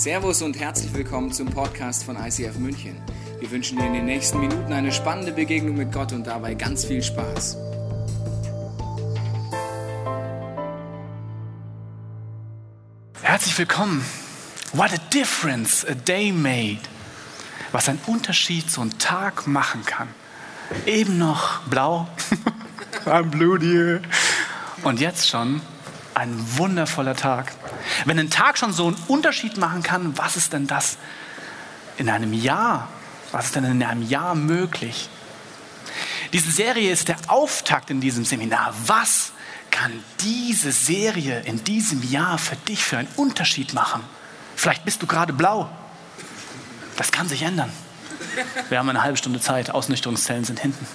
Servus und herzlich willkommen zum Podcast von ICF München. Wir wünschen dir in den nächsten Minuten eine spannende Begegnung mit Gott und dabei ganz viel Spaß. Herzlich willkommen. What a difference a day made. Was ein Unterschied so ein Tag machen kann. Eben noch blau, I'm blue dear. Und jetzt schon ein wundervoller Tag. Wenn ein Tag schon so einen Unterschied machen kann, was ist denn das in einem Jahr? Was ist denn in einem Jahr möglich? Diese Serie ist der Auftakt in diesem Seminar. Was kann diese Serie in diesem Jahr für dich für einen Unterschied machen? Vielleicht bist du gerade blau. Das kann sich ändern. Wir haben eine halbe Stunde Zeit. Ausnüchterungszellen sind hinten.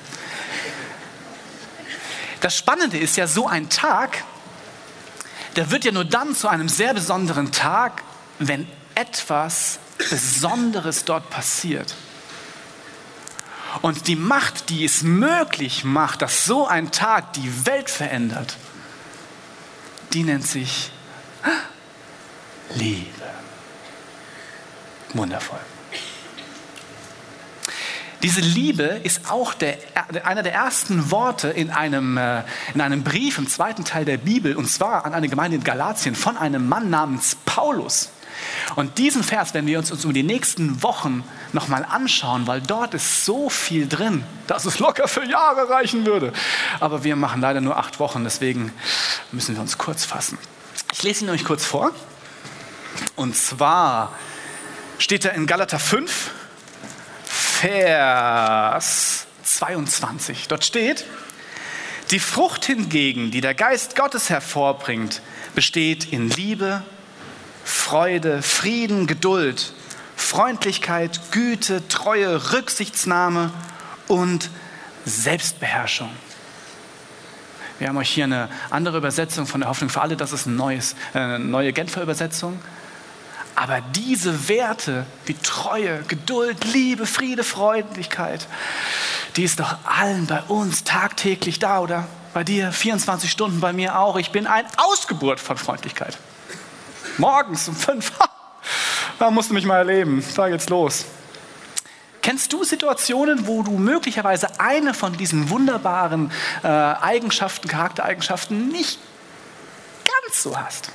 Das Spannende ist ja, so ein Tag, der wird ja nur dann zu einem sehr besonderen Tag, wenn etwas Besonderes dort passiert. Und die Macht, die es möglich macht, dass so ein Tag die Welt verändert, die nennt sich Liebe. Wundervoll. Diese Liebe ist auch einer der ersten Worte in einem Brief im zweiten Teil der Bibel, und zwar an eine Gemeinde in Galatien von einem Mann namens Paulus. Und diesen Vers werden wir uns über die nächsten Wochen nochmal anschauen, weil dort ist so viel drin, dass es locker für Jahre reichen würde. Aber wir machen leider nur 8 Wochen, deswegen müssen wir uns kurz fassen. Ich lese ihn euch kurz vor. Und zwar steht er in Galater 5, Vers 22. Dort steht: Die Frucht hingegen, die der Geist Gottes hervorbringt, besteht in Liebe, Freude, Frieden, Geduld, Freundlichkeit, Güte, Treue, Rücksichtsnahme und Selbstbeherrschung. Wir haben euch hier eine andere Übersetzung von der Hoffnung für alle. Das ist eine neue Genfer Übersetzung. Aber diese Werte wie Treue, Geduld, Liebe, Friede, Freundlichkeit, die ist doch allen bei uns tagtäglich da, oder? Bei dir 24 Stunden, bei mir auch. Ich bin eine Ausgeburt von Freundlichkeit. Morgens um 5, da musst du mich mal erleben. Da geht's los. Kennst du Situationen, wo du möglicherweise eine von diesen wunderbaren Charaktereigenschaften nicht ganz so hast?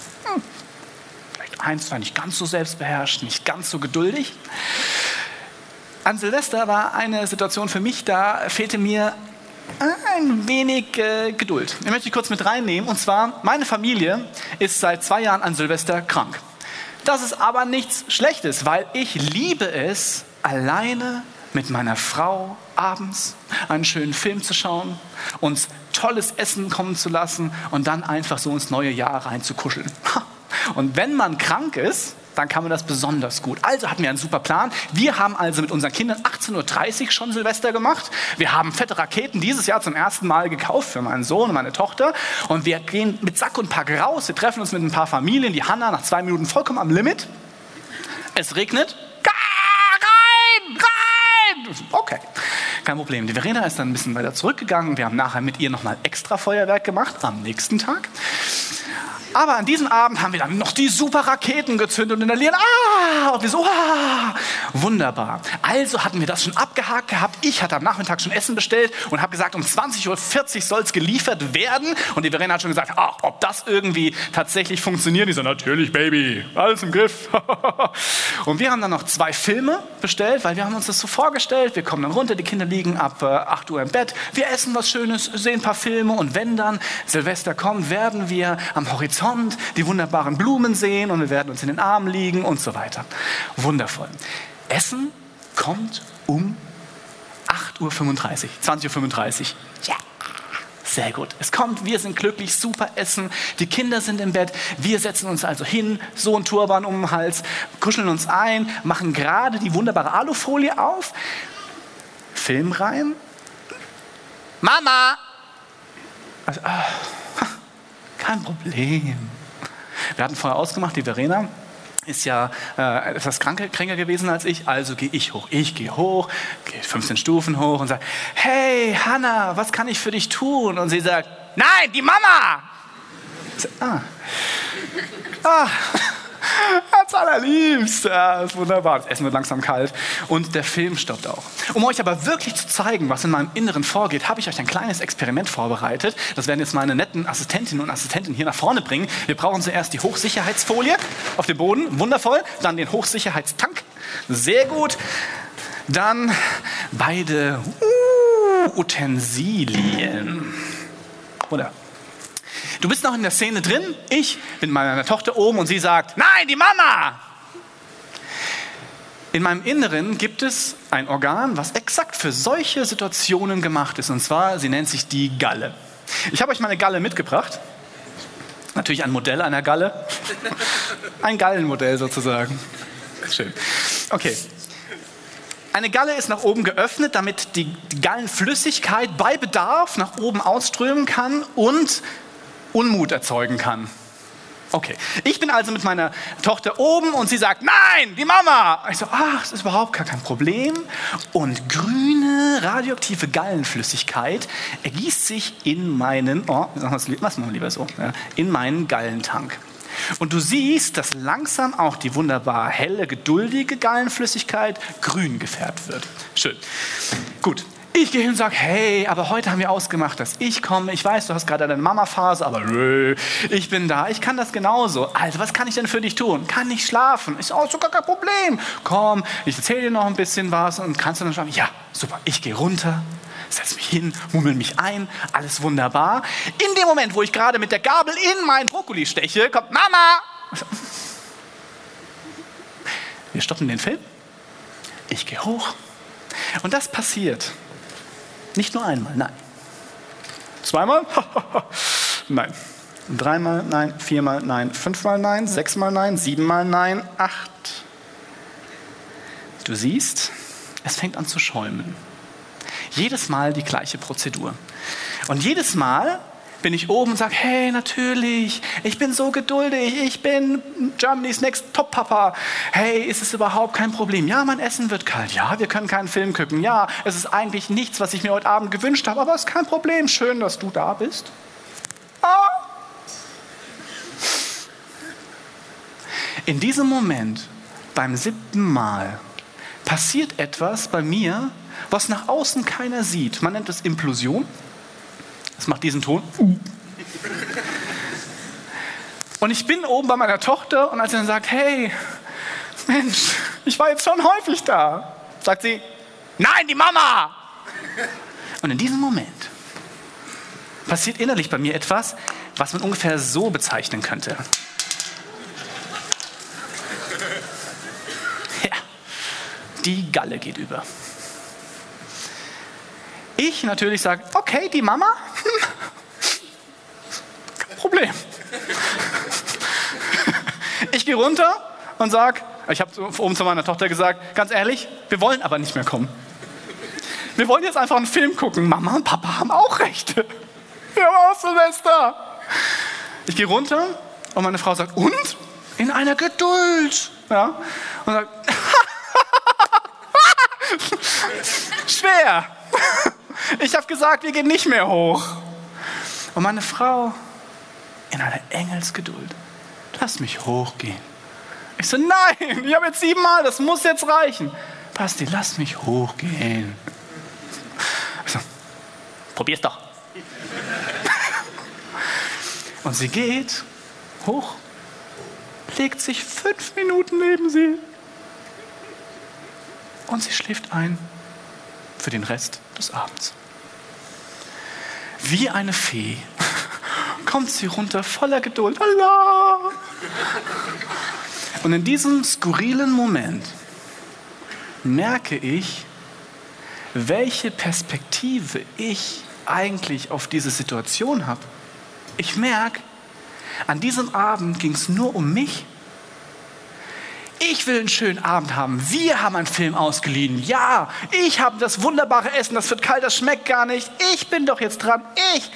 Eins war nicht ganz so selbstbeherrscht, nicht ganz so geduldig. An Silvester war eine Situation für mich, da fehlte mir ein wenig Geduld. Ich möchte dich kurz mit reinnehmen. Und zwar, meine Familie ist seit 2 Jahren an Silvester krank. Das ist aber nichts Schlechtes, weil ich liebe es, alleine mit meiner Frau abends einen schönen Film zu schauen, uns tolles Essen kommen zu lassen und dann einfach so ins neue Jahr reinzukuscheln. Und wenn man krank ist, dann kann man das besonders gut. Also hatten wir einen super Plan. Wir haben also mit unseren Kindern 18.30 Uhr schon Silvester gemacht. Wir haben fette Raketen dieses Jahr zum ersten Mal gekauft für meinen Sohn und meine Tochter. Und wir gehen mit Sack und Pack raus. Wir treffen uns mit ein paar Familien. Die Hanna nach 2 Minuten vollkommen am Limit. Es regnet. Rein! Okay, kein Problem. Die Verena ist dann ein bisschen weiter zurückgegangen. Wir haben nachher mit ihr nochmal extra Feuerwerk gemacht am nächsten Tag. Aber an diesem Abend haben wir dann noch die super Raketen gezündet und inhaliert. Und wir so, wunderbar. Also hatten wir das schon abgehakt gehabt. Ich hatte am Nachmittag schon Essen bestellt und habe gesagt, um 20.40 Uhr soll es geliefert werden. Und die Verena hat schon gesagt, ob das irgendwie tatsächlich funktioniert. Ich so, natürlich, Baby, alles im Griff. Und wir haben dann noch 2 Filme bestellt, weil wir haben uns das so vorgestellt. Wir kommen dann runter, die Kinder liegen ab 8 Uhr im Bett. Wir essen was Schönes, sehen ein paar Filme. Und wenn dann Silvester kommt, werden wir am Horizont die wunderbaren Blumen sehen und wir werden uns in den Armen liegen und so weiter. Wundervoll. Essen kommt um 8.35 Uhr, 20.35 Uhr. Ja, sehr gut. Es kommt, wir sind glücklich, super Essen, die Kinder sind im Bett, wir setzen uns also hin, so ein Turban um den Hals, kuscheln uns ein, machen gerade die wunderbare Alufolie auf, Film rein. Mama! Also, kein Problem. Wir hatten vorher ausgemacht, die Verena ist ja etwas kränker gewesen als ich, also gehe ich hoch. Ich gehe hoch, gehe 15 Stufen hoch und sage, hey Hanna, was kann ich für dich tun? Und sie sagt, nein, die Mama! Ich sage, Ganz allerliebst. Ja, ist wunderbar. Das Essen wird langsam kalt und der Film stoppt auch. Um euch aber wirklich zu zeigen, was in meinem Inneren vorgeht, habe ich euch ein kleines Experiment vorbereitet. Das werden jetzt meine netten Assistentinnen und Assistenten hier nach vorne bringen. Wir brauchen zuerst die Hochsicherheitsfolie auf dem Boden. Wundervoll. Dann den Hochsicherheitstank. Sehr gut. Dann beide Utensilien. Oder? Du bist noch in der Szene drin. Ich bin mit meiner Tochter oben und sie sagt, nein, die Mama! In meinem Inneren gibt es ein Organ, was exakt für solche Situationen gemacht ist. Und zwar, sie nennt sich die Galle. Ich habe euch meine Galle mitgebracht. Natürlich ein Modell einer Galle. Ein Gallenmodell sozusagen. Schön. Okay. Eine Galle ist nach oben geöffnet, damit die Gallenflüssigkeit bei Bedarf nach oben ausströmen kann und Unmut erzeugen kann. Okay, ich bin also mit meiner Tochter oben und sie sagt, nein, die Mama. Ich so, ach, das ist überhaupt gar kein Problem. Und grüne, radioaktive Gallenflüssigkeit ergießt sich in meinen, lassen wir lieber so, ja, in meinen Gallentank. Und du siehst, dass langsam auch die wunderbar helle, geduldige Gallenflüssigkeit grün gefärbt wird. Schön. Gut. Ich gehe hin und sage, hey, aber heute haben wir ausgemacht, dass ich komme. Ich weiß, du hast gerade deine Mama-Phase, aber nö, ich bin da. Ich kann das genauso. Also, was kann ich denn für dich tun? Kann ich schlafen? Ist auch sogar kein Problem. Komm, ich erzähle dir noch ein bisschen was und kannst du dann schlafen? Ja, super. Ich gehe runter, setze mich hin, mummel mich ein, alles wunderbar. In dem Moment, wo ich gerade mit der Gabel in meinen Brokkoli steche, kommt Mama. Wir stoppen den Film. Ich gehe hoch. Und das passiert nicht nur einmal, nein. Zweimal? Nein. Dreimal? Nein. Viermal? Nein. Fünfmal? Nein. Sechsmal? Nein. Siebenmal? Nein. 8. Du siehst, es fängt an zu schäumen. Jedes Mal die gleiche Prozedur. Und jedes Mal bin ich oben und sage, hey, natürlich, ich bin so geduldig, ich bin Germany's Next Top Papa. Hey, ist es überhaupt kein Problem? Ja, mein Essen wird kalt. Ja, wir können keinen Film gucken. Ja, es ist eigentlich nichts, was ich mir heute Abend gewünscht habe, aber es ist kein Problem. Schön, dass du da bist. Ah. In diesem Moment, beim 7. Mal, passiert etwas bei mir, was nach außen keiner sieht. Man nennt es Implosion. Das macht diesen Ton. Und ich bin oben bei meiner Tochter und als sie dann sagt, hey, Mensch, ich war jetzt schon häufig da, sagt sie, nein, die Mama! Und in diesem Moment passiert innerlich bei mir etwas, was man ungefähr so bezeichnen könnte. Ja, die Galle geht über. Ich natürlich sage, okay, die Mama, kein Problem. Ich gehe runter und sage, ich habe oben zu meiner Tochter gesagt, ganz ehrlich, wir wollen aber nicht mehr kommen. Wir wollen jetzt einfach einen Film gucken. Mama und Papa haben auch recht. Wir haben auch Silvester. Ich gehe runter und meine Frau sagt, und? In einer Geduld. Ja, und sagt, schwer. Ich habe gesagt, wir gehen nicht mehr hoch. Und meine Frau in einer Engelsgeduld, lass mich hochgehen. Ich so, nein, ich habe jetzt 7 Mal, das muss jetzt reichen. Basti, lass mich hochgehen. Ich so, probier's doch. Und sie geht hoch, legt sich 5 Minuten neben sie und sie schläft ein für den Rest des Abends. Wie eine Fee kommt sie runter, voller Geduld. Allah! Und in diesem skurrilen Moment merke ich, welche Perspektive ich eigentlich auf diese Situation habe. Ich merke, an diesem Abend ging es nur um mich. Ich will einen schönen Abend haben. Wir haben einen Film ausgeliehen. Ja, ich habe das wunderbare Essen. Das wird kalt, das schmeckt gar nicht. Ich bin doch jetzt dran. Ich.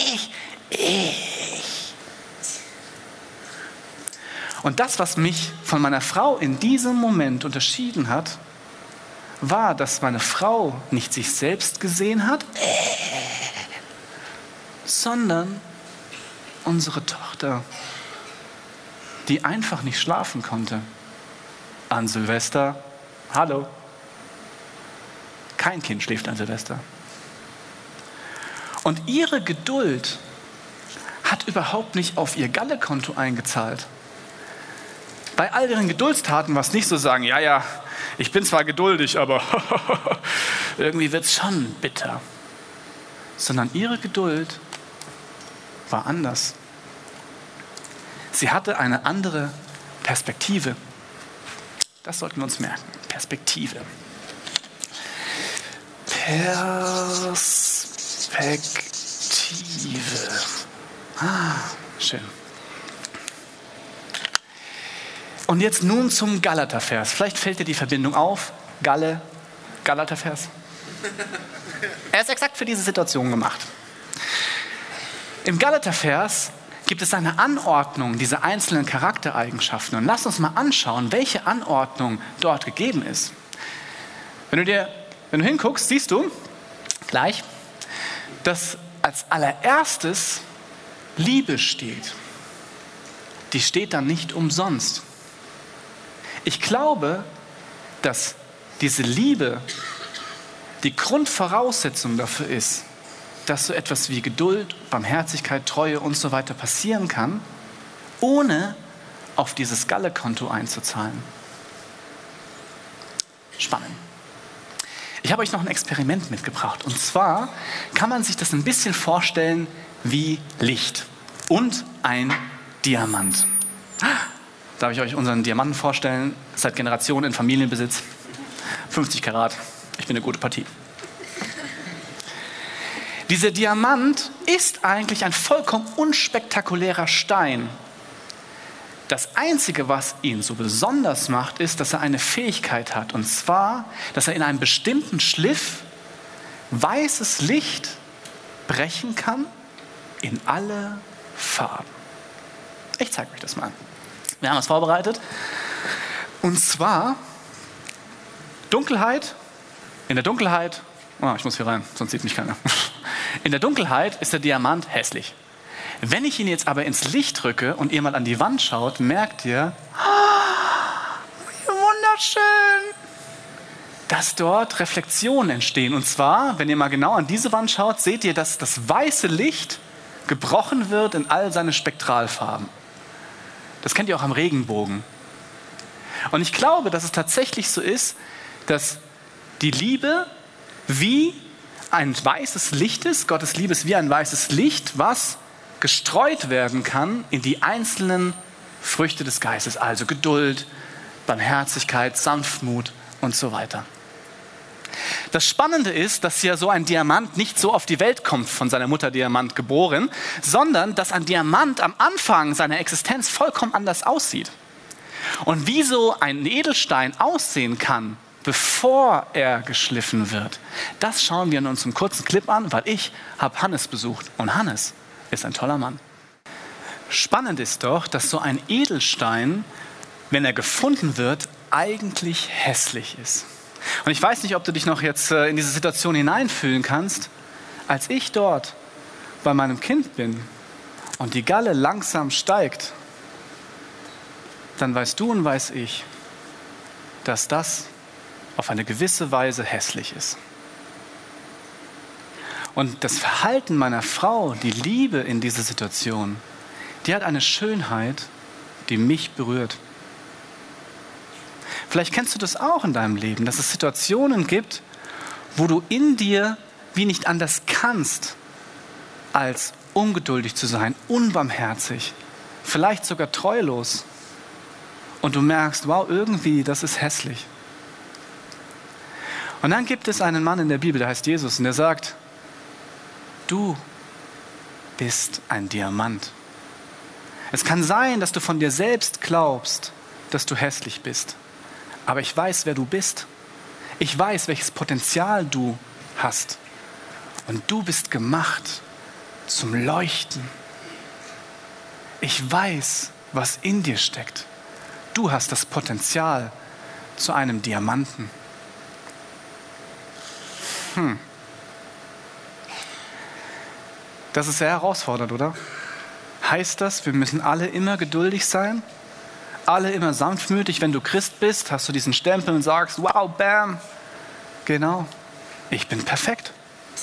Und das, was mich von meiner Frau in diesem Moment unterschieden hat, war, dass meine Frau nicht sich selbst gesehen hat, sondern unsere Tochter, die einfach nicht schlafen konnte. An Silvester, hallo. Kein Kind schläft an Silvester. Und ihre Geduld hat überhaupt nicht auf ihr Gallekonto eingezahlt. Bei all ihren Geduldstaten war es nicht so sagen, ja, ich bin zwar geduldig, aber irgendwie wird es schon bitter. Sondern ihre Geduld war anders. Sie hatte eine andere Perspektive. Das sollten wir uns merken. Perspektive. Schön. Und jetzt nun zum Galatervers. Vielleicht fällt dir die Verbindung auf. Galatervers. Er ist exakt für diese Situation gemacht. Im Galatervers gibt es eine Anordnung dieser einzelnen Charaktereigenschaften. Und lass uns mal anschauen, welche Anordnung dort gegeben ist. Wenn du hinguckst, siehst du gleich, dass als allererstes Liebe steht. Die steht dann nicht umsonst. Ich glaube, dass diese Liebe die Grundvoraussetzung dafür ist, dass so etwas wie Geduld, Barmherzigkeit, Treue und so weiter passieren kann, ohne auf dieses Gallekonto einzuzahlen. Spannend. Ich habe euch noch ein Experiment mitgebracht. Und zwar kann man sich das ein bisschen vorstellen wie Licht und ein Diamant. Darf ich euch unseren Diamanten vorstellen? Seit Generationen in Familienbesitz. 50 Karat. Ich bin eine gute Partie. Dieser Diamant ist eigentlich ein vollkommen unspektakulärer Stein. Das Einzige, was ihn so besonders macht, ist, dass er eine Fähigkeit hat. Und zwar, dass er in einem bestimmten Schliff weißes Licht brechen kann in alle Farben. Ich zeige euch das mal. Wir haben das vorbereitet. Und zwar Dunkelheit. In der Dunkelheit, ich muss hier rein, sonst sieht mich keiner. In der Dunkelheit ist der Diamant hässlich. Wenn ich ihn jetzt aber ins Licht drücke und ihr mal an die Wand schaut, merkt ihr, wunderschön, dass dort Reflexionen entstehen. Und zwar, wenn ihr mal genau an diese Wand schaut, seht ihr, dass das weiße Licht gebrochen wird in all seine Spektralfarben. Das kennt ihr auch am Regenbogen. Und ich glaube, dass es tatsächlich so ist, dass die Liebe wie ein weißes Licht ist, Gottes Liebe ist wie ein weißes Licht, was gestreut werden kann in die einzelnen Früchte des Geistes, also Geduld, Barmherzigkeit, Sanftmut und so weiter. Das Spannende ist, dass ja so ein Diamant nicht so auf die Welt kommt, von seiner Mutter Diamant geboren, sondern dass ein Diamant am Anfang seiner Existenz vollkommen anders aussieht. Und wie so ein Edelstein aussehen kann, bevor er geschliffen wird, das schauen wir in unserem kurzen Clip an, weil ich habe Hannes besucht und Hannes ist ein toller Mann. Spannend ist doch, dass so ein Edelstein, wenn er gefunden wird, eigentlich hässlich ist. Und ich weiß nicht, ob du dich noch jetzt in diese Situation hineinfühlen kannst, als ich dort bei meinem Kind bin und die Galle langsam steigt, dann weißt du und weiß ich, dass das auf eine gewisse Weise hässlich ist. Und das Verhalten meiner Frau, die Liebe in dieser Situation, die hat eine Schönheit, die mich berührt. Vielleicht kennst du das auch in deinem Leben, dass es Situationen gibt, wo du in dir wie nicht anders kannst, als ungeduldig zu sein, unbarmherzig, vielleicht sogar treulos. Und du merkst, wow, irgendwie, das ist hässlich. Und dann gibt es einen Mann in der Bibel, der heißt Jesus, und der sagt, du bist ein Diamant. Es kann sein, dass du von dir selbst glaubst, dass du hässlich bist. Aber ich weiß, wer du bist. Ich weiß, welches Potenzial du hast. Und du bist gemacht zum Leuchten. Ich weiß, was in dir steckt. Du hast das Potenzial zu einem Diamanten. Das ist sehr herausfordernd, oder? Heißt das, wir müssen alle immer geduldig sein? alle immer sanftmütig, wenn du Christ bist, hast du diesen Stempel und sagst, wow, bam, genau, ich bin perfekt.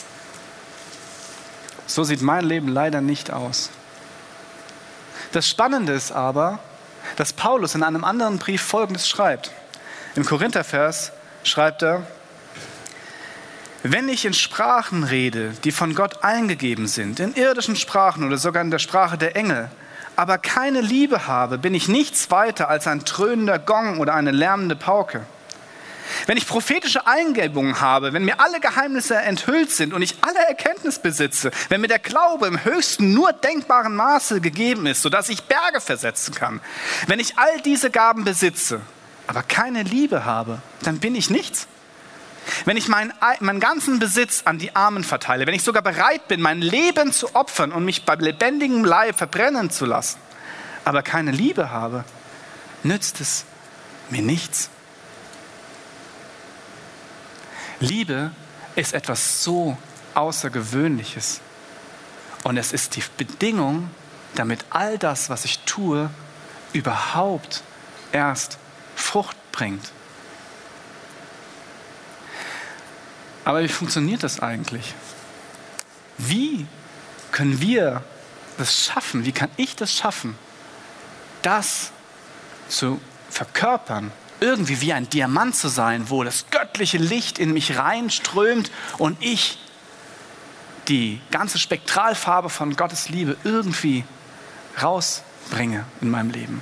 So sieht mein Leben leider nicht aus. Das Spannende ist aber, dass Paulus in einem anderen Brief Folgendes schreibt. Im Korinthervers schreibt er, wenn ich in Sprachen rede, die von Gott eingegeben sind, in irdischen Sprachen oder sogar in der Sprache der Engel, aber keine Liebe habe, bin ich nichts weiter als ein dröhnender Gong oder eine lärmende Pauke. Wenn ich prophetische Eingebungen habe, wenn mir alle Geheimnisse enthüllt sind und ich alle Erkenntnis besitze, wenn mir der Glaube im höchsten nur denkbaren Maße gegeben ist, sodass ich Berge versetzen kann, wenn ich all diese Gaben besitze, aber keine Liebe habe, dann bin ich nichts. Wenn ich meinen ganzen Besitz an die Armen verteile, wenn ich sogar bereit bin, mein Leben zu opfern und mich beim lebendigen Leib verbrennen zu lassen, aber keine Liebe habe, nützt es mir nichts. Liebe ist etwas so Außergewöhnliches. Und es ist die Bedingung, damit all das, was ich tue, überhaupt erst Frucht bringt. Aber wie funktioniert das eigentlich? Wie können wir das schaffen? Wie kann ich das schaffen, das zu verkörpern? Irgendwie wie ein Diamant zu sein, wo das göttliche Licht in mich reinströmt und ich die ganze Spektralfarbe von Gottes Liebe irgendwie rausbringe in meinem Leben.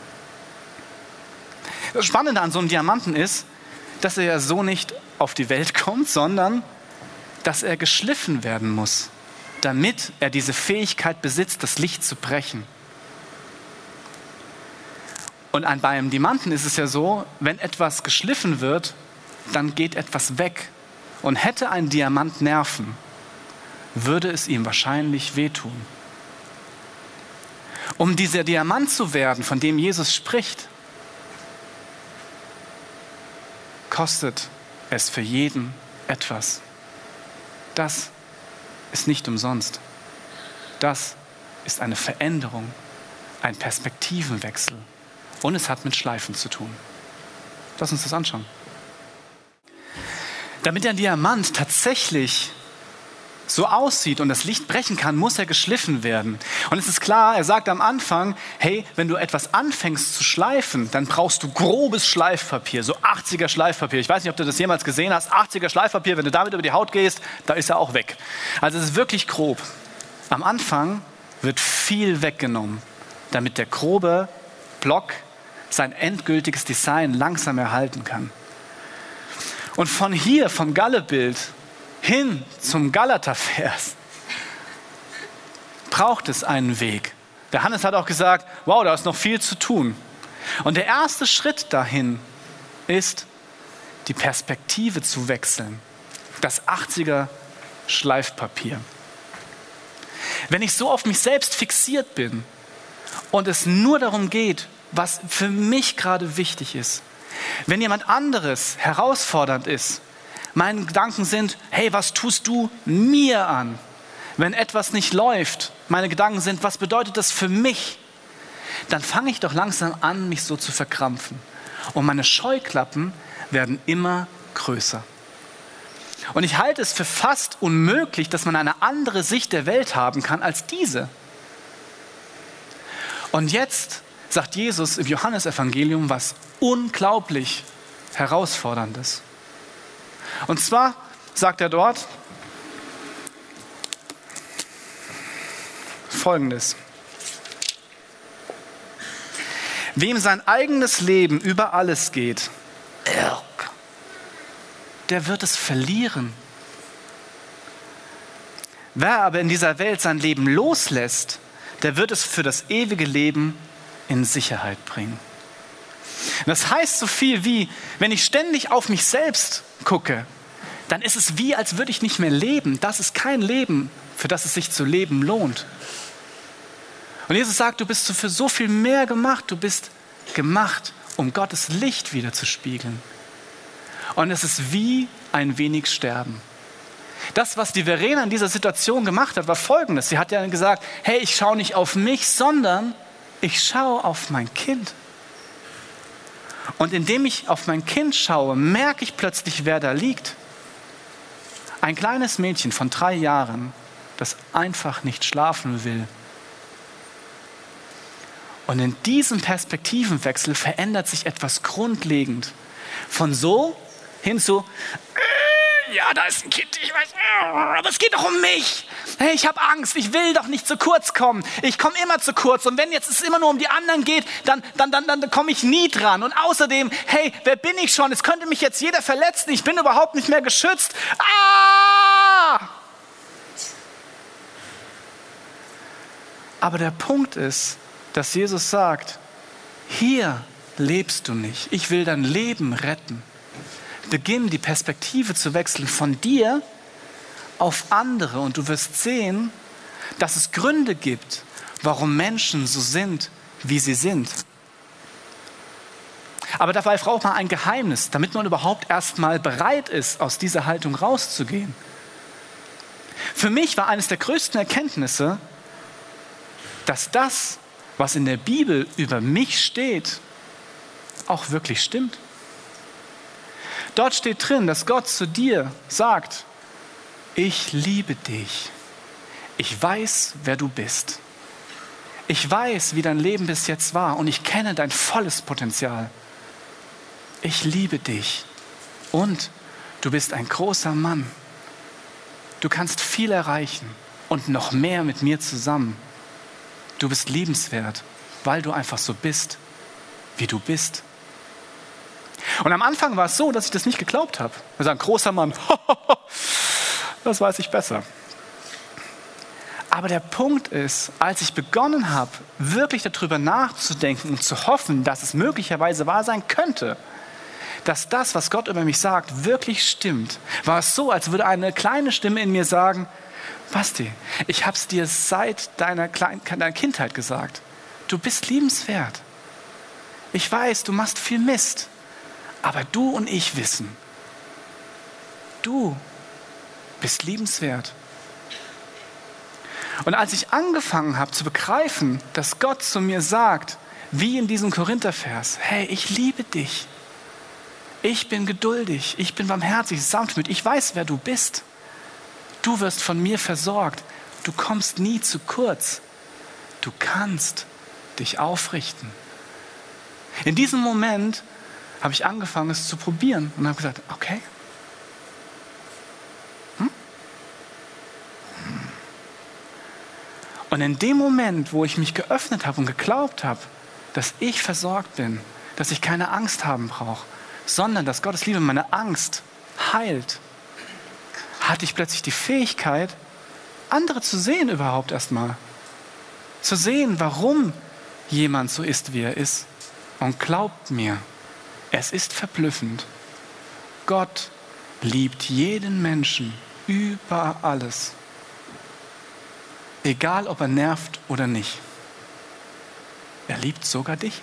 Das Spannende an so einem Diamanten ist, dass er ja so nicht auf die Welt kommt, sondern dass er geschliffen werden muss, damit er diese Fähigkeit besitzt, das Licht zu brechen. Und bei einem Diamanten ist es ja so, wenn etwas geschliffen wird, dann geht etwas weg. Und hätte ein Diamant Nerven, würde es ihm wahrscheinlich wehtun. Um dieser Diamant zu werden, von dem Jesus spricht, kostet es für jeden etwas. Das ist nicht umsonst. Das ist eine Veränderung, ein Perspektivenwechsel. Und es hat mit Schleifen zu tun. Lass uns das anschauen. Damit der Diamant tatsächlich so aussieht und das Licht brechen kann, muss er geschliffen werden. Und es ist klar, er sagt am Anfang, hey, wenn du etwas anfängst zu schleifen, dann brauchst du grobes Schleifpapier, so 80er Schleifpapier. Ich weiß nicht, ob du das jemals gesehen hast. 80er Schleifpapier, wenn du damit über die Haut gehst, da ist er auch weg. Also es ist wirklich grob. Am Anfang wird viel weggenommen, damit der grobe Block sein endgültiges Design langsam erhalten kann. Und von hier, vom Gallebild hin zum Galatervers, braucht es einen Weg. Der Hannes hat auch gesagt, wow, da ist noch viel zu tun. Und der erste Schritt dahin ist, die Perspektive zu wechseln. Das 80er Schleifpapier. Wenn ich so auf mich selbst fixiert bin und es nur darum geht, was für mich gerade wichtig ist, wenn jemand anderes herausfordernd ist, meine Gedanken sind, hey, was tust du mir an? Wenn etwas nicht läuft, meine Gedanken sind, was bedeutet das für mich? Dann fange ich doch langsam an, mich so zu verkrampfen. Und meine Scheuklappen werden immer größer. Und ich halte es für fast unmöglich, dass man eine andere Sicht der Welt haben kann als diese. Und jetzt sagt Jesus im Johannesevangelium was unglaublich Herausforderndes. Und zwar sagt er dort Folgendes. Wem sein eigenes Leben über alles geht, der wird es verlieren. Wer aber in dieser Welt sein Leben loslässt, der wird es für das ewige Leben in Sicherheit bringen. Das heißt so viel wie, wenn ich ständig auf mich selbst gucke, dann ist es wie, als würde ich nicht mehr leben. Das ist kein Leben, für das es sich zu leben lohnt. Und Jesus sagt, du bist für so viel mehr gemacht. Du bist gemacht, um Gottes Licht wieder zu spiegeln. Und es ist wie ein wenig Sterben. Das, was die Verena in dieser Situation gemacht hat, war Folgendes. Sie hat ja gesagt, hey, ich schaue nicht auf mich, sondern ich schaue auf mein Kind. Und indem ich auf mein Kind schaue, merke ich plötzlich, wer da liegt. Ein kleines Mädchen von 3 Jahren, das einfach nicht schlafen will. Und in diesem Perspektivenwechsel verändert sich etwas grundlegend. Von so hin zu, ja, da ist ein Kind, ich weiß, aber es geht doch um mich. Hey, ich habe Angst, ich will doch nicht zu kurz kommen. Ich komme immer zu kurz. Und wenn jetzt es immer nur um die anderen geht, dann komme ich nie dran. Und außerdem, hey, wer bin ich schon? Es könnte mich jetzt jeder verletzen. Ich bin überhaupt nicht mehr geschützt. Aber der Punkt ist, dass Jesus sagt, hier lebst du nicht. Ich will dein Leben retten. Beginn die Perspektive zu wechseln von dir auf andere und du wirst sehen, dass es Gründe gibt, warum Menschen so sind, wie sie sind. Aber dabei braucht man ein Geheimnis, damit man überhaupt erstmal bereit ist, aus dieser Haltung rauszugehen. Für mich war eines der größten Erkenntnisse, dass das, was in der Bibel über mich steht, auch wirklich stimmt. Dort steht drin, dass Gott zu dir sagt, ich liebe dich. Ich weiß, wer du bist. Ich weiß, wie dein Leben bis jetzt war und ich kenne dein volles Potenzial. Ich liebe dich und du bist ein großer Mann. Du kannst viel erreichen und noch mehr mit mir zusammen. Du bist liebenswert, weil du einfach so bist, wie du bist. Und am Anfang war es so, dass ich das nicht geglaubt habe. Wir sagen, großer Mann, das weiß ich besser. Aber der Punkt ist, als ich begonnen habe, wirklich darüber nachzudenken und zu hoffen, dass es möglicherweise wahr sein könnte, dass das, was Gott über mich sagt, wirklich stimmt, war es so, als würde eine kleine Stimme in mir sagen, Basti, ich habe es dir seit deiner Kindheit gesagt. Du bist liebenswert. Ich weiß, du machst viel Mist. Aber du und ich wissen, du bist liebenswert. Und als ich angefangen habe zu begreifen, dass Gott zu mir sagt, wie in diesem Korinthervers, hey, ich liebe dich. Ich bin geduldig, ich bin barmherzig, sanftmütig, ich weiß, wer du bist. Du wirst von mir versorgt. Du kommst nie zu kurz. Du kannst dich aufrichten. In diesem Moment habe ich angefangen, es zu probieren und habe gesagt, okay. Und in dem Moment, wo ich mich geöffnet habe und geglaubt habe, dass ich versorgt bin, dass ich keine Angst haben brauche, sondern dass Gottes Liebe meine Angst heilt, hatte ich plötzlich die Fähigkeit, andere zu sehen überhaupt erstmal. Zu sehen, warum jemand so ist, wie er ist. Und glaubt mir, es ist verblüffend. Gott liebt jeden Menschen über alles. Egal, ob er nervt oder nicht. Er liebt sogar dich.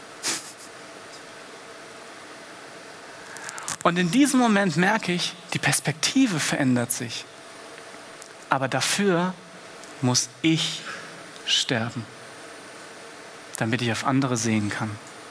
Und in diesem Moment merke ich, die Perspektive verändert sich. Aber dafür muss ich sterben, damit ich auf andere sehen kann.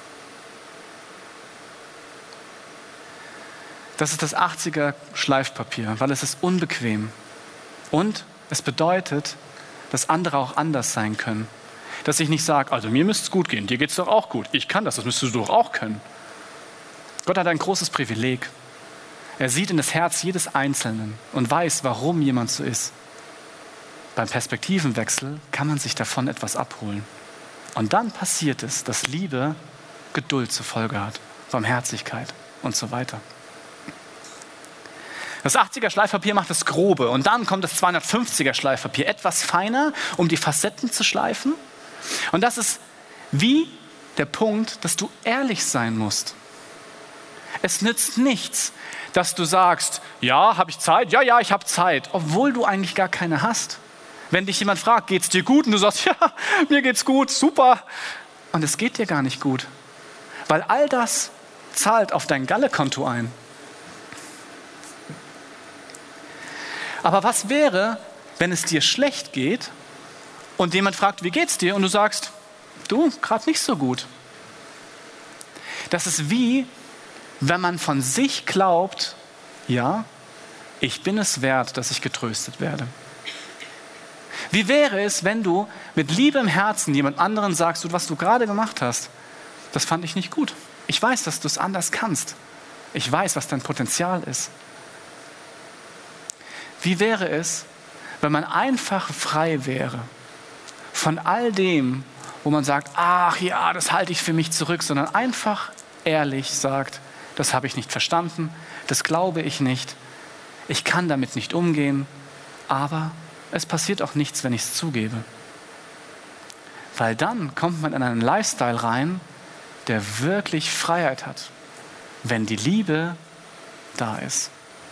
Das ist das 80er Schleifpapier, weil es ist unbequem. Und es bedeutet, dass andere auch anders sein können. Dass ich nicht sage, also mir müsste es gut gehen, dir geht es doch auch gut. Ich kann das müsstest du doch auch können. Gott hat ein großes Privileg. Er sieht in das Herz jedes Einzelnen und weiß, warum jemand so ist. Beim Perspektivenwechsel kann man sich davon etwas abholen. Und dann passiert es, dass Liebe Geduld zur Folge hat, Barmherzigkeit und so weiter. Das 80er Schleifpapier macht das Grobe und dann kommt das 250er Schleifpapier, etwas feiner, um die Facetten zu schleifen. Und das ist wie der Punkt, dass du ehrlich sein musst. Es nützt nichts, dass du sagst, ja, habe ich Zeit? Ja, ich habe Zeit, obwohl du eigentlich gar keine hast. Wenn dich jemand fragt, geht's dir gut? Und du sagst, ja, mir geht's gut, super. Und es geht dir gar nicht gut, weil all das zahlt auf dein Galle-Konto ein. Aber was wäre, wenn es dir schlecht geht und jemand fragt, wie geht's dir? Und du sagst, du, gerade nicht so gut. Das ist wie, wenn man von sich glaubt, ja, ich bin es wert, dass ich getröstet werde. Wie wäre es, wenn du mit Liebe im Herzen jemand anderen sagst, was du gerade gemacht hast, das fand ich nicht gut. Ich weiß, dass du es anders kannst. Ich weiß, was dein Potenzial ist. Wie wäre es, wenn man einfach frei wäre von all dem, wo man sagt, ach ja, das halte ich für mich zurück, sondern einfach ehrlich sagt, das habe ich nicht verstanden, das glaube ich nicht, ich kann damit nicht umgehen, aber es passiert auch nichts, wenn ich es zugebe. Weil dann kommt man in einen Lifestyle rein, der wirklich Freiheit hat, wenn die Liebe da ist.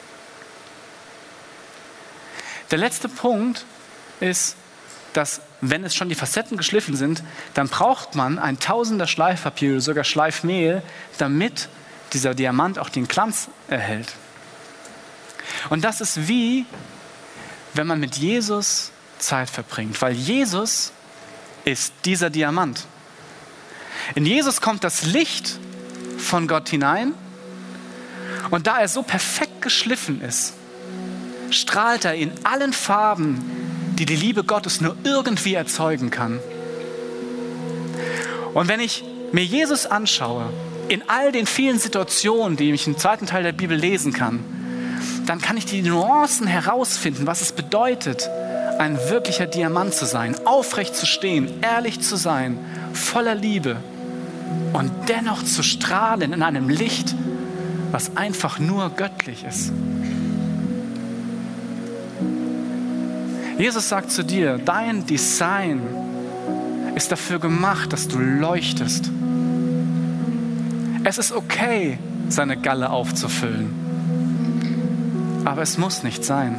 Der letzte Punkt ist, dass wenn es schon die Facetten geschliffen sind, dann braucht man ein Tausender Schleifpapier oder sogar Schleifmehl, damit dieser Diamant auch den Glanz erhält. Und das ist wie, wenn man mit Jesus Zeit verbringt, weil Jesus ist dieser Diamant. In Jesus kommt das Licht von Gott hinein und da er so perfekt geschliffen ist, strahlt er in allen Farben, die die Liebe Gottes nur irgendwie erzeugen kann. Und wenn ich mir Jesus anschaue, in all den vielen Situationen, die ich im zweiten Teil der Bibel lesen kann, dann kann ich die Nuancen herausfinden, was es bedeutet, ein wirklicher Diamant zu sein, aufrecht zu stehen, ehrlich zu sein, voller Liebe und dennoch zu strahlen in einem Licht, was einfach nur göttlich ist. Jesus sagt zu dir, dein Design ist dafür gemacht, dass du leuchtest. Es ist okay, seine Galle aufzufüllen, aber es muss nicht sein.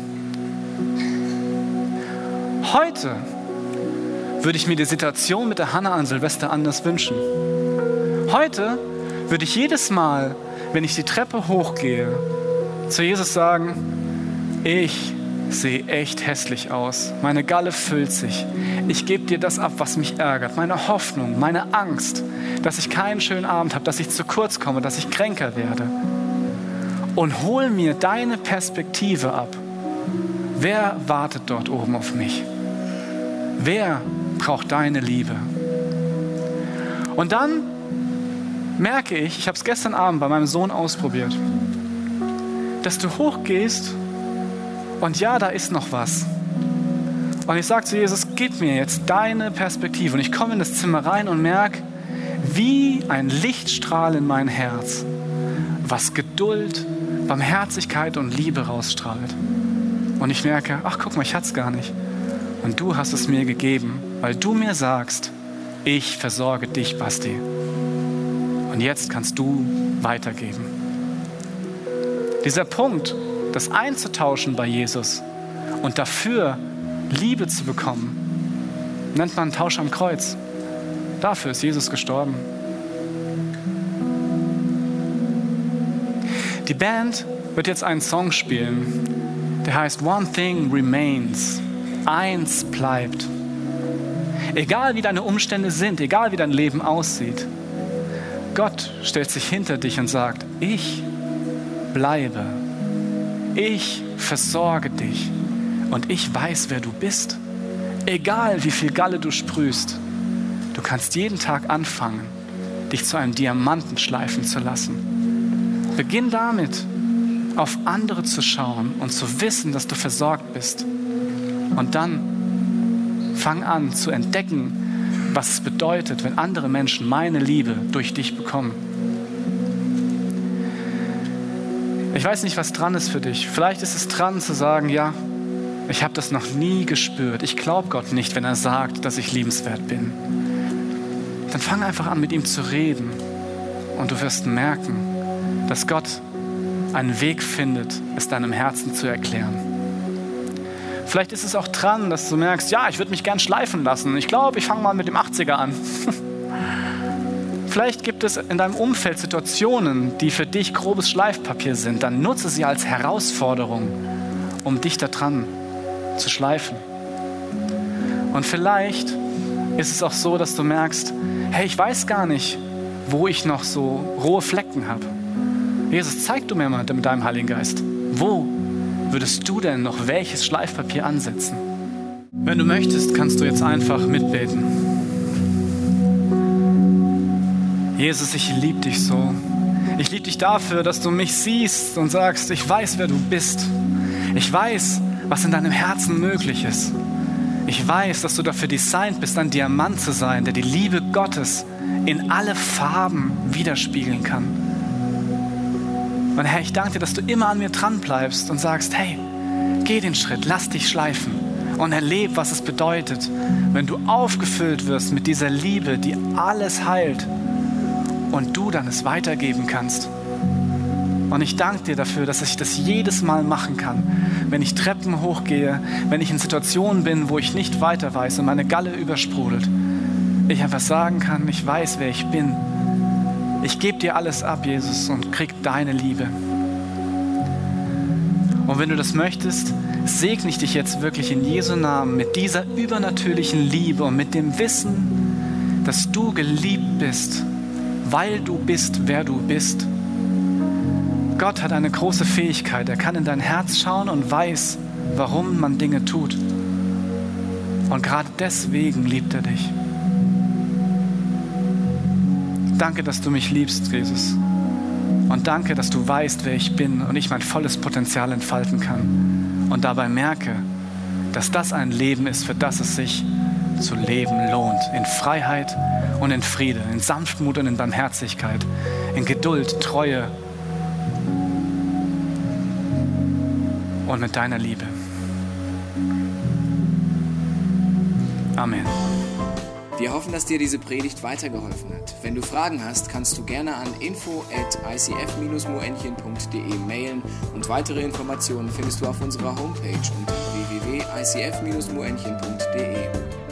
Heute würde ich mir die Situation mit der Hannah an Silvester anders wünschen. Heute würde ich jedes Mal, wenn ich die Treppe hochgehe, zu Jesus sagen, ich sehe echt hässlich aus. Meine Galle füllt sich. Ich gebe dir das ab, was mich ärgert. Meine Hoffnung, meine Angst, dass ich keinen schönen Abend habe, dass ich zu kurz komme, dass ich kränker werde. Und hol mir deine Perspektive ab. Wer wartet dort oben auf mich? Wer braucht deine Liebe? Und dann merke ich habe es gestern Abend bei meinem Sohn ausprobiert, dass du hochgehst und ja, da ist noch was. Und ich sage zu Jesus, gib mir jetzt deine Perspektive. Und ich komme in das Zimmer rein und merke, wie ein Lichtstrahl in mein Herz, was Geduld, Barmherzigkeit und Liebe rausstrahlt. Und ich merke, ach guck mal, ich hatte es gar nicht. Und du hast es mir gegeben, weil du mir sagst, ich versorge dich, Basti. Und jetzt kannst du weitergeben. Dieser Punkt, das einzutauschen bei Jesus und dafür Liebe zu bekommen, nennt man Tausch am Kreuz. Dafür ist Jesus gestorben. Die Band wird jetzt einen Song spielen, der heißt One Thing Remains. Eins bleibt. Egal wie deine Umstände sind, egal wie dein Leben aussieht, Gott stellt sich hinter dich und sagt, ich bleibe. Ich versorge dich und ich weiß, wer du bist. Egal wie viel Galle du sprühst, du kannst jeden Tag anfangen, dich zu einem Diamanten schleifen zu lassen. Beginn damit, auf andere zu schauen und zu wissen, dass du versorgt bist. Und dann fang an zu entdecken, was es bedeutet, wenn andere Menschen meine Liebe durch dich bekommen. Ich weiß nicht, was dran ist für dich. Vielleicht ist es dran zu sagen, ja, ich habe das noch nie gespürt. Ich glaube Gott nicht, wenn er sagt, dass ich liebenswert bin. Dann fang einfach an, mit ihm zu reden. Und du wirst merken, dass Gott einen Weg findet, es deinem Herzen zu erklären. Vielleicht ist es auch dran, dass du merkst, ja, ich würde mich gern schleifen lassen. Ich glaube, ich fange mal mit dem 80er an. Vielleicht gibt es in deinem Umfeld Situationen, die für dich grobes Schleifpapier sind. Dann nutze sie als Herausforderung, um dich da dran zu schleifen. Und vielleicht ist es auch so, dass du merkst, hey, ich weiß gar nicht, wo ich noch so rohe Flecken habe. Jesus, zeig du mir mal mit deinem Heiligen Geist, wo würdest du denn noch welches Schleifpapier ansetzen? Wenn du möchtest, kannst du jetzt einfach mitbeten. Jesus, ich liebe dich so. Ich liebe dich dafür, dass du mich siehst und sagst, ich weiß, wer du bist. Ich weiß, was in deinem Herzen möglich ist. Ich weiß, dass du dafür designt bist, ein Diamant zu sein, der die Liebe Gottes in alle Farben widerspiegeln kann. Und Herr, ich danke dir, dass du immer an mir dran bleibst und sagst, hey, geh den Schritt, lass dich schleifen und erlebe, was es bedeutet, wenn du aufgefüllt wirst mit dieser Liebe, die alles heilt und du dann es weitergeben kannst. Und ich danke dir dafür, dass ich das jedes Mal machen kann, wenn ich Treppen hochgehe, wenn ich in Situationen bin, wo ich nicht weiter weiß und meine Galle übersprudelt. Ich einfach sagen kann, ich weiß, wer ich bin. Ich gebe dir alles ab, Jesus, und krieg deine Liebe. Und wenn du das möchtest, segne ich dich jetzt wirklich in Jesu Namen mit dieser übernatürlichen Liebe und mit dem Wissen, dass du geliebt bist, weil du bist, wer du bist. Gott hat eine große Fähigkeit. Er kann in dein Herz schauen und weiß, warum man Dinge tut. Und gerade deswegen liebt er dich. Danke, dass du mich liebst, Jesus. Und danke, dass du weißt, wer ich bin und ich mein volles Potenzial entfalten kann. Und dabei merke, dass das ein Leben ist, für das es sich zu leben lohnt. In Freiheit und in Friede, in Sanftmut und in Barmherzigkeit, in Geduld, Treue und mit deiner Liebe. Amen. Wir hoffen, dass dir diese Predigt weitergeholfen hat. Wenn du Fragen hast, kannst du gerne an info@icf-moenchen.de mailen und weitere Informationen findest du auf unserer Homepage unter www.icf-moenchen.de.